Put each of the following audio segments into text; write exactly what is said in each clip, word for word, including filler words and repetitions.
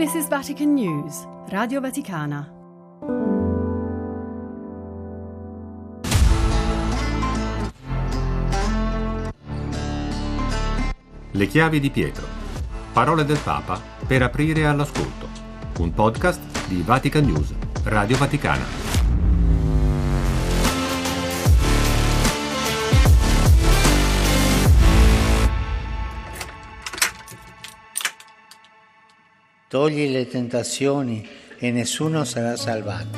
This is Vatican News, Radio Vaticana. Le chiavi di Pietro. Parole del Papa per aprire all'ascolto. Un podcast di Vatican News, Radio Vaticana. Togli le tentazioni e nessuno sarà salvato.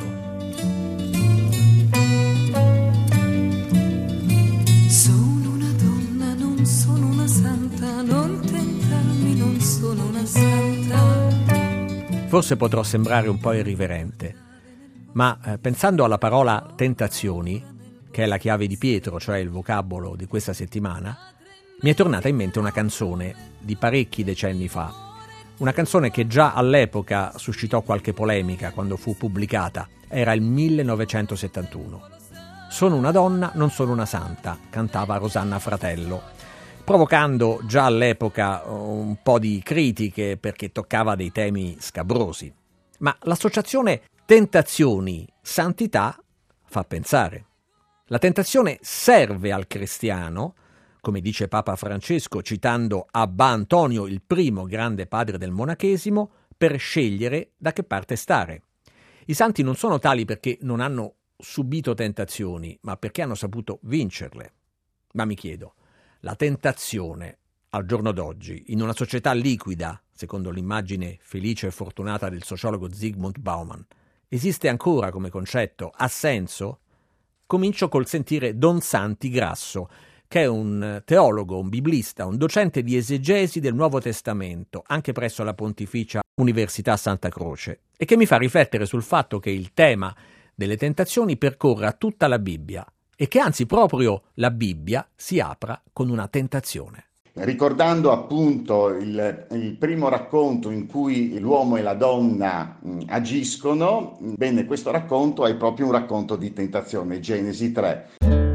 Sono una donna, non sono una santa, non tentarmi, non sono una santa. Forse potrò sembrare un po' irriverente, ma eh, pensando alla parola tentazioni, che è la chiave di Pietro, cioè il vocabolo di questa settimana, mi è tornata in mente una canzone di parecchi decenni fa. Una canzone che già all'epoca suscitò qualche polemica quando fu pubblicata. Era il millenovecentosettantuno. Sono una donna, non sono una santa, cantava Rosanna Fratello, provocando già all'epoca un po' di critiche perché toccava dei temi scabrosi. Ma l'associazione tentazioni-santità fa pensare. La tentazione serve al cristiano, come dice Papa Francesco citando Abba Antonio, il primo grande padre del monachesimo, per scegliere da che parte stare. I santi non sono tali perché non hanno subito tentazioni, ma perché hanno saputo vincerle. Ma mi chiedo, la tentazione al giorno d'oggi, in una società liquida, secondo l'immagine felice e fortunata del sociologo Zygmunt Bauman, esiste ancora come concetto? Ha senso? Comincio col sentire Don Santi Grasso, che è un teologo, un biblista, un docente di esegesi del Nuovo Testamento, anche presso la Pontificia Università Santa Croce, e che mi fa riflettere sul fatto che il tema delle tentazioni percorra tutta la Bibbia e che anzi proprio la Bibbia si apra con una tentazione. Ricordando appunto il, il primo racconto in cui l'uomo e la donna mh, agiscono, bene, questo racconto è proprio un racconto di tentazione, Genesi tre.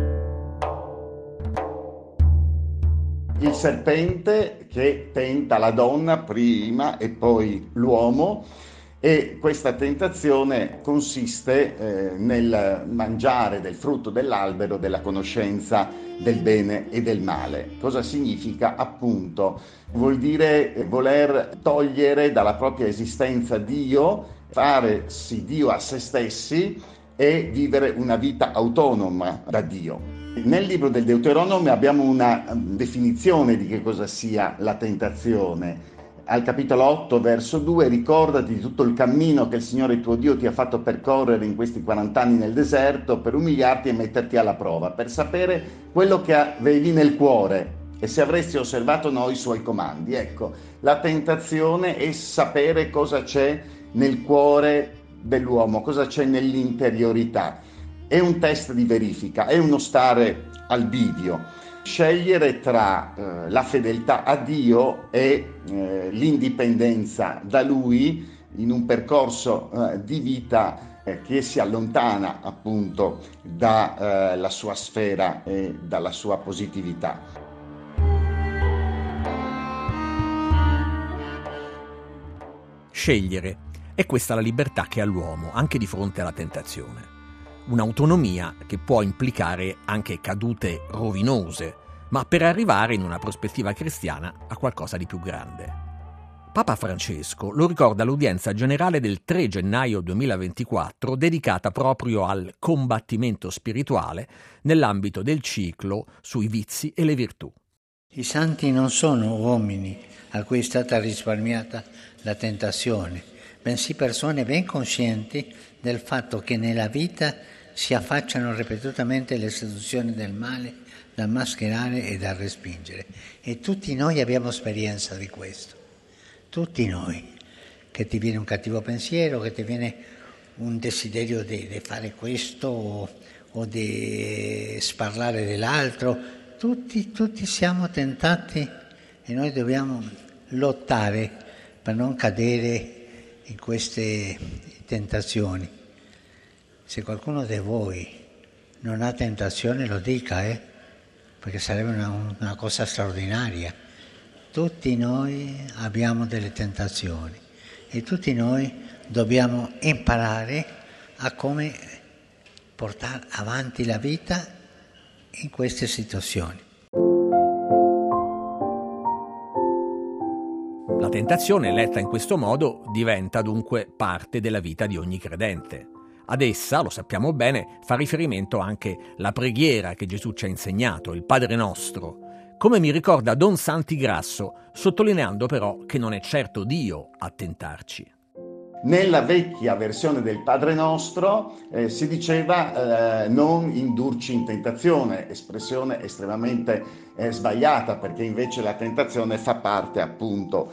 Il serpente che tenta la donna prima e poi l'uomo, e questa tentazione consiste eh, nel mangiare del frutto dell'albero della conoscenza del bene e del male. Cosa significa? Appunto, vuol dire voler togliere dalla propria esistenza Dio, farsi Dio a se stessi e vivere una vita autonoma da Dio. Nel libro del Deuteronomio abbiamo una definizione di che cosa sia la tentazione. Al capitolo otto, verso due, ricordati di tutto il cammino che il Signore tuo Dio ti ha fatto percorrere in questi quaranta anni nel deserto per umiliarti e metterti alla prova, per sapere quello che avevi nel cuore e se avresti osservato noi i suoi comandi. Ecco, la tentazione è sapere cosa c'è nel cuore dell'uomo, cosa c'è nell'interiorità. È un test di verifica, è uno stare al bivio, scegliere tra eh, la fedeltà a Dio e eh, l'indipendenza da Lui in un percorso eh, di vita eh, che si allontana appunto dalla eh, sua sfera e dalla sua positività. Scegliere, è questa la libertà che ha l'uomo anche di fronte alla tentazione. Un'autonomia che può implicare anche cadute rovinose, ma per arrivare in una prospettiva cristiana a qualcosa di più grande. Papa Francesco lo ricorda all'udienza generale del tre gennaio duemilaventiquattro, dedicata proprio al combattimento spirituale nell'ambito del ciclo sui vizi e le virtù. I santi non sono uomini a cui è stata risparmiata la tentazione, bensì persone ben coscienti del fatto che nella vita si affacciano ripetutamente le seduzioni del male da mascherare e da respingere. E tutti noi abbiamo esperienza di questo. Tutti noi. Che ti viene un cattivo pensiero, che ti viene un desiderio di, di fare questo o, o di sparlare dell'altro. Tutti, tutti siamo tentati e noi dobbiamo lottare per non cadere in queste tentazioni. Se qualcuno di voi non ha tentazione lo dica, eh? Perché sarebbe una, una cosa straordinaria. Tutti noi abbiamo delle tentazioni e tutti noi dobbiamo imparare a come portare avanti la vita in queste situazioni. La tentazione, letta in questo modo, diventa dunque parte della vita di ogni credente. Ad essa, lo sappiamo bene, fa riferimento anche la preghiera che Gesù ci ha insegnato, il Padre Nostro, come mi ricorda Don Santigrasso, sottolineando però che non è certo Dio a tentarci. Nella vecchia versione del Padre Nostro eh, si diceva eh, non indurci in tentazione, espressione estremamente eh, sbagliata, perché invece la tentazione fa parte appunto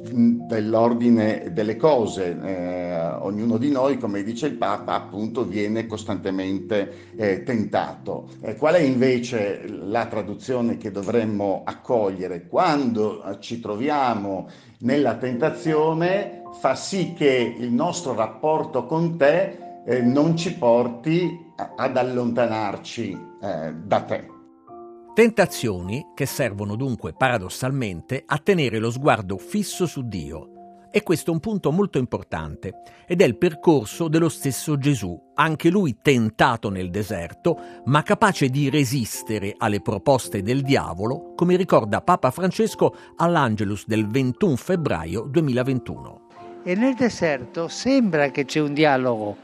dell'ordine delle cose. Eh, ognuno di noi, come dice il Papa, appunto viene costantemente eh, tentato. Eh, qual è invece la traduzione che dovremmo accogliere? Quando ci troviamo nella tentazione, fa sì che il nostro rapporto con te eh, non ci porti a, ad allontanarci eh, da te. Tentazioni che servono dunque paradossalmente a tenere lo sguardo fisso su Dio. E questo è un punto molto importante ed è il percorso dello stesso Gesù, anche lui tentato nel deserto, ma capace di resistere alle proposte del diavolo, come ricorda Papa Francesco all'Angelus del ventuno febbraio duemilaventuno. E nel deserto sembra che c'è un dialogo,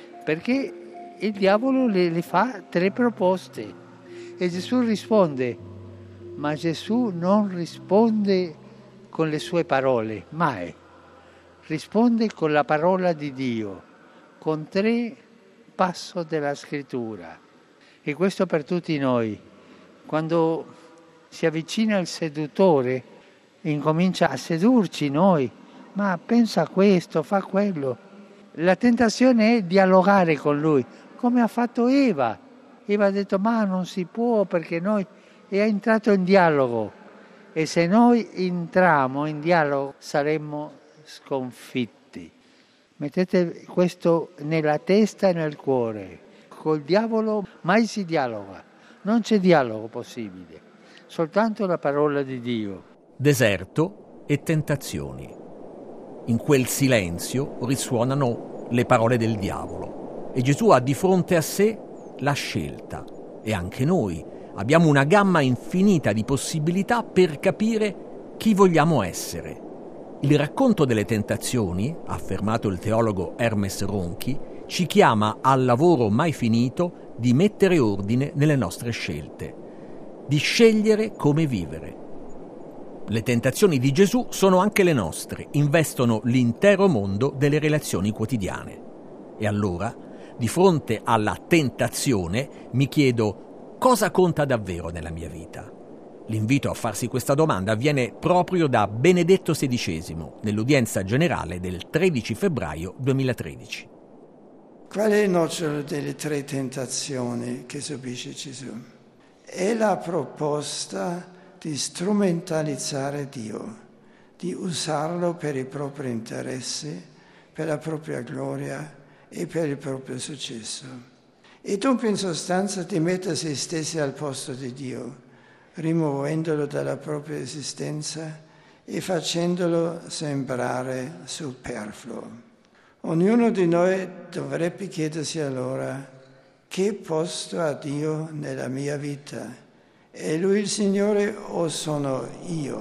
perché il diavolo le, le fa tre proposte e Gesù risponde, ma Gesù non risponde con le sue parole, mai. Risponde con la parola di Dio, con tre passi della scrittura. E questo per tutti noi. Quando si avvicina il seduttore, incomincia a sedurci noi, ma pensa a questo, fa quello. La tentazione è dialogare con lui, come ha fatto Eva. Eva ha detto, ma non si può perché noi... E ha entrato in dialogo. E se noi entriamo in dialogo saremmo sconfitti. Mettete questo nella testa e nel cuore. Col diavolo mai si dialoga. Non c'è dialogo possibile. Soltanto la parola di Dio. Deserto e tentazioni. In quel silenzio risuonano le parole del diavolo e Gesù ha di fronte a sé la scelta e anche noi abbiamo una gamma infinita di possibilità per capire chi vogliamo essere. Il racconto delle tentazioni, ha affermato il teologo Hermes Ronchi, ci chiama al lavoro mai finito di mettere ordine nelle nostre scelte, di scegliere come vivere. Le tentazioni di Gesù sono anche le nostre, investono l'intero mondo delle relazioni quotidiane. E allora, di fronte alla tentazione, mi chiedo cosa conta davvero nella mia vita? L'invito a farsi questa domanda avviene proprio da Benedetto sedicesimo, nell'udienza generale del tredici febbraio duemilatredici. Qual è il nocciolo delle tre tentazioni che subisce Gesù? È la proposta di strumentalizzare Dio, di usarlo per i propri interessi, per la propria gloria e per il proprio successo. E dunque in sostanza di mettere se stessi al posto di Dio, rimuovendolo dalla propria esistenza e facendolo sembrare superfluo. Ognuno di noi dovrebbe chiedersi allora che posto ha Dio nella mia vita? È Lui il Signore o sono io?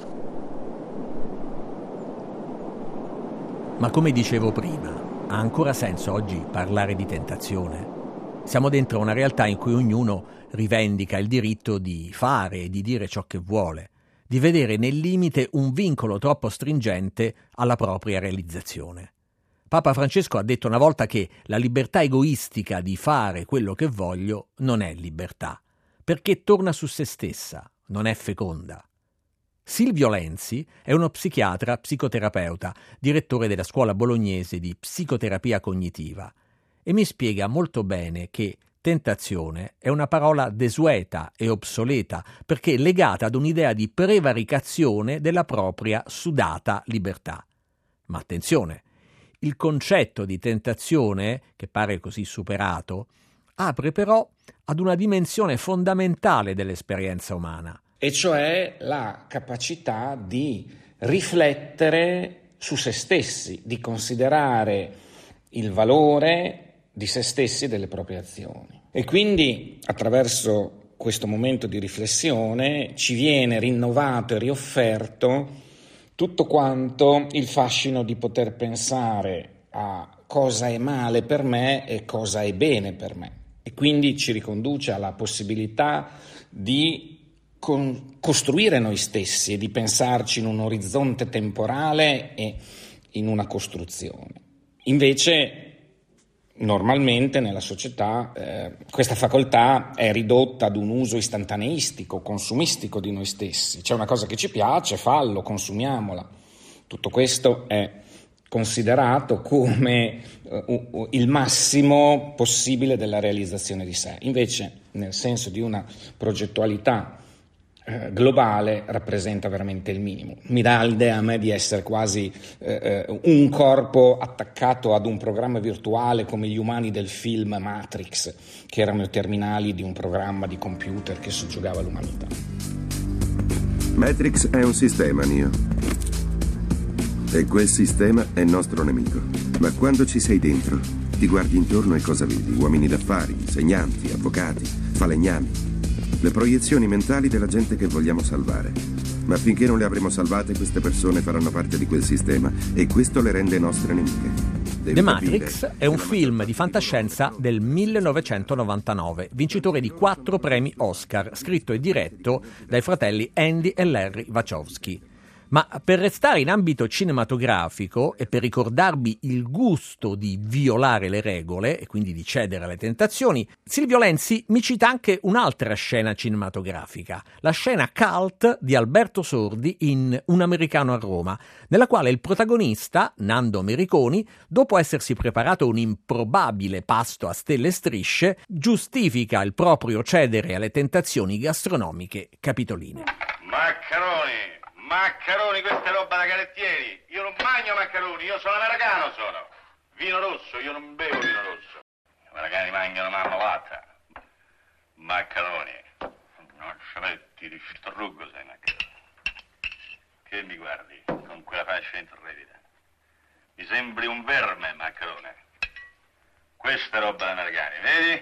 Ma come dicevo prima, ha ancora senso oggi parlare di tentazione? Siamo dentro una realtà in cui ognuno rivendica il diritto di fare e di dire ciò che vuole, di vedere nel limite un vincolo troppo stringente alla propria realizzazione. Papa Francesco ha detto una volta che la libertà egoistica di fare quello che voglio non è libertà, perché torna su se stessa, non è feconda. Silvio Lenzi è uno psichiatra psicoterapeuta, direttore della scuola bolognese di psicoterapia cognitiva, e mi spiega molto bene che tentazione è una parola desueta e obsoleta perché legata ad un'idea di prevaricazione della propria sudata libertà. Ma attenzione, il concetto di tentazione, che pare così superato, apre però ad una dimensione fondamentale dell'esperienza umana. E cioè la capacità di riflettere su se stessi, di considerare il valore di se stessi e delle proprie azioni. E quindi attraverso questo momento di riflessione ci viene rinnovato e riofferto tutto quanto il fascino di poter pensare a cosa è male per me e cosa è bene per me, e quindi ci riconduce alla possibilità di con- costruire noi stessi e di pensarci in un orizzonte temporale e in una costruzione. Invece normalmente nella società eh, questa facoltà è ridotta ad un uso istantaneistico, consumistico di noi stessi. C'è una cosa che ci piace, fallo, consumiamola. Tutto questo è considerato come uh, il massimo possibile della realizzazione di sé. Invece, nel senso di una progettualità uh, globale, rappresenta veramente il minimo. Mi dà l'idea a me di essere quasi uh, un corpo attaccato ad un programma virtuale come gli umani del film Matrix, che erano i terminali di un programma di computer che soggiogava l'umanità. Matrix è un sistema, Neo. E quel sistema è nostro nemico. Ma quando ci sei dentro, ti guardi intorno e cosa vedi? Uomini d'affari, insegnanti, avvocati, falegnami. Le proiezioni mentali della gente che vogliamo salvare. Ma finché non le avremo salvate, queste persone faranno parte di quel sistema e questo le rende nostre nemiche. Devi The Matrix è un film di fantascienza del millenovecentonovantanove, vincitore di quattro premi Oscar, scritto e diretto dai fratelli Andy e Larry Wachowski. Ma per restare in ambito cinematografico e per ricordarvi il gusto di violare le regole e quindi di cedere alle tentazioni, Silvio Lenzi mi cita anche un'altra scena cinematografica, la scena cult di Alberto Sordi in Un americano a Roma, nella quale il protagonista, Nando Mericoni, dopo essersi preparato un improbabile pasto a stelle e strisce, giustifica il proprio cedere alle tentazioni gastronomiche capitoline. Maccheroni! Maccheroni, questa è roba da carettieri. Io non mangio maccheroni, io sono americano, sono. Vino rosso, io non bevo vino rosso. Gli americani mangiano mamma vatta. Maccheroni. Non ci metti di struggo, sei maccheroni. Che mi guardi con quella faccia intrepida? Mi sembri un verme, maccherone. Questa è roba da americani, vedi?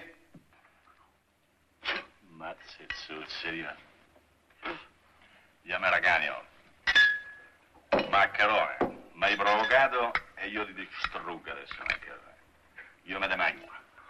Mazze zuzzeria. Gli americani, oh. Maccherone, mi hai provocato e io ti distruggo adesso, maccherone. Io me ne mangio.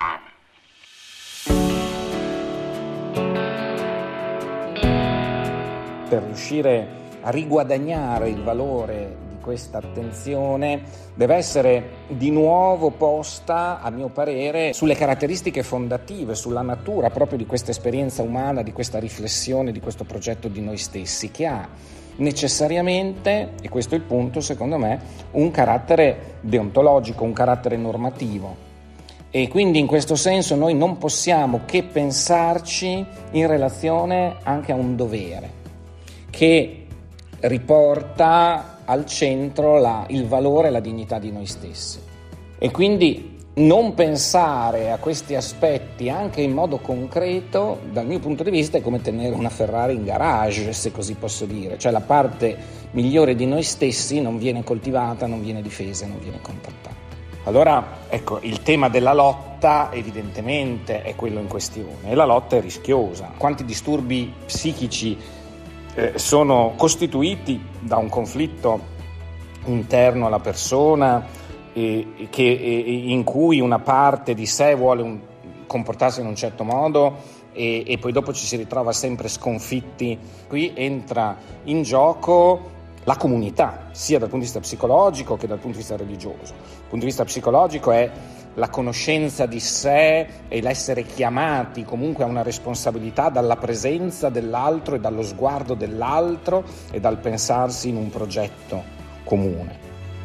Per riuscire a riguadagnare il valore di questa attenzione deve essere di nuovo posta, a mio parere, sulle caratteristiche fondative, sulla natura proprio di questa esperienza umana, di questa riflessione, di questo progetto di noi stessi, che ha necessariamente, e questo è il punto secondo me, un carattere deontologico, un carattere normativo. E quindi in questo senso noi non possiamo che pensarci in relazione anche a un dovere che riporta al centro la, il valore e la dignità di noi stessi. E quindi non pensare a questi aspetti anche in modo concreto, dal mio punto di vista, è come tenere una Ferrari in garage, se così posso dire. Cioè la parte migliore di noi stessi non viene coltivata, non viene difesa, non viene contattata. Allora, ecco, il tema della lotta evidentemente è quello in questione e la lotta è rischiosa. Quanti disturbi psichici eh, sono costituiti da un conflitto interno alla persona, E che, e, in cui una parte di sé vuole un, comportarsi in un certo modo e, e poi dopo ci si ritrova sempre sconfitti. Qui entra in gioco la comunità, sia dal punto di vista psicologico che dal punto di vista religioso. Dal punto di vista psicologico è la conoscenza di sé e l'essere chiamati comunque a una responsabilità dalla presenza dell'altro e dallo sguardo dell'altro e dal pensarsi in un progetto comune.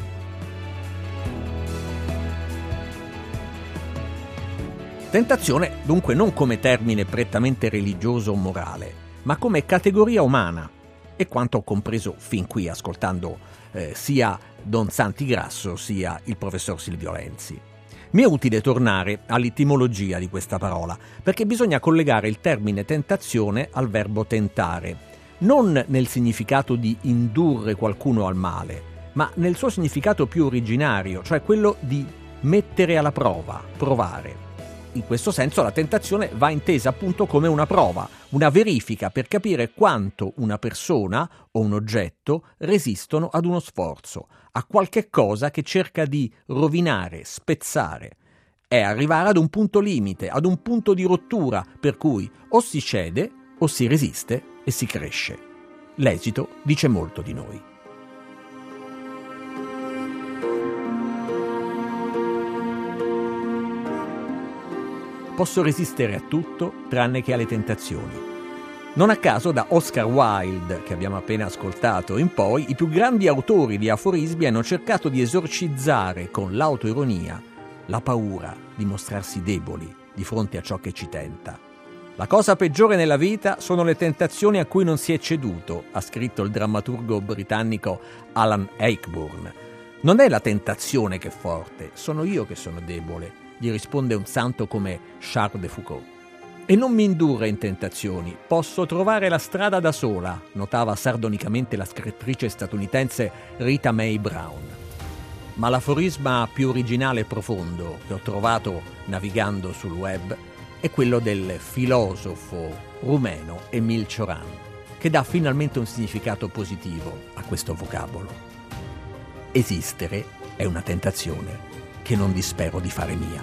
Tentazione dunque non come termine prettamente religioso o morale, ma come categoria umana, e quanto ho compreso fin qui ascoltando eh, sia Don Santigrasso sia il professor Silvio Lenzi. Mi è utile tornare all'etimologia di questa parola, perché bisogna collegare il termine tentazione al verbo tentare, non nel significato di indurre qualcuno al male, ma nel suo significato più originario, cioè quello di mettere alla prova, provare. In questo senso la tentazione va intesa appunto come una prova, una verifica per capire quanto una persona o un oggetto resistono ad uno sforzo, a qualche cosa che cerca di rovinare, spezzare. È arrivare ad un punto limite, ad un punto di rottura, per cui o si cede o si resiste e si cresce. L'esito dice molto di noi. Posso resistere a tutto tranne che alle tentazioni. Non a caso da Oscar Wilde, che abbiamo appena ascoltato, in poi i più grandi autori di aforismi hanno cercato di esorcizzare con l'autoironia la paura di mostrarsi deboli di fronte a ciò che ci tenta. La cosa peggiore nella vita sono le tentazioni a cui non si è ceduto, ha scritto il drammaturgo britannico Alan Ayckbourn. Non è la tentazione che è forte, sono io che sono debole, gli risponde un santo come Charles de Foucault. E non mi indurre in tentazioni, posso trovare la strada da sola, notava sardonicamente la scrittrice statunitense Rita Mae Brown. Ma l'aforisma più originale e profondo che ho trovato navigando sul web è quello del filosofo rumeno Emil Cioran, che dà finalmente un significato positivo a questo vocabolo. Esistere è una tentazione che non dispero di fare mia.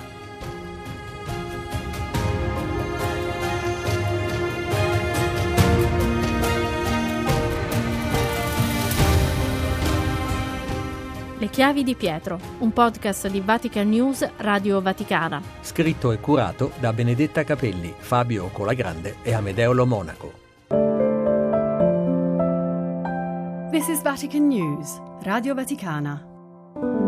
Le chiavi di Pietro, un podcast di Vatican News Radio Vaticana. Scritto e curato da Benedetta Capelli, Fabio Colagrande e Amedeo Lo Monaco. This is Vatican News, Radio Vaticana.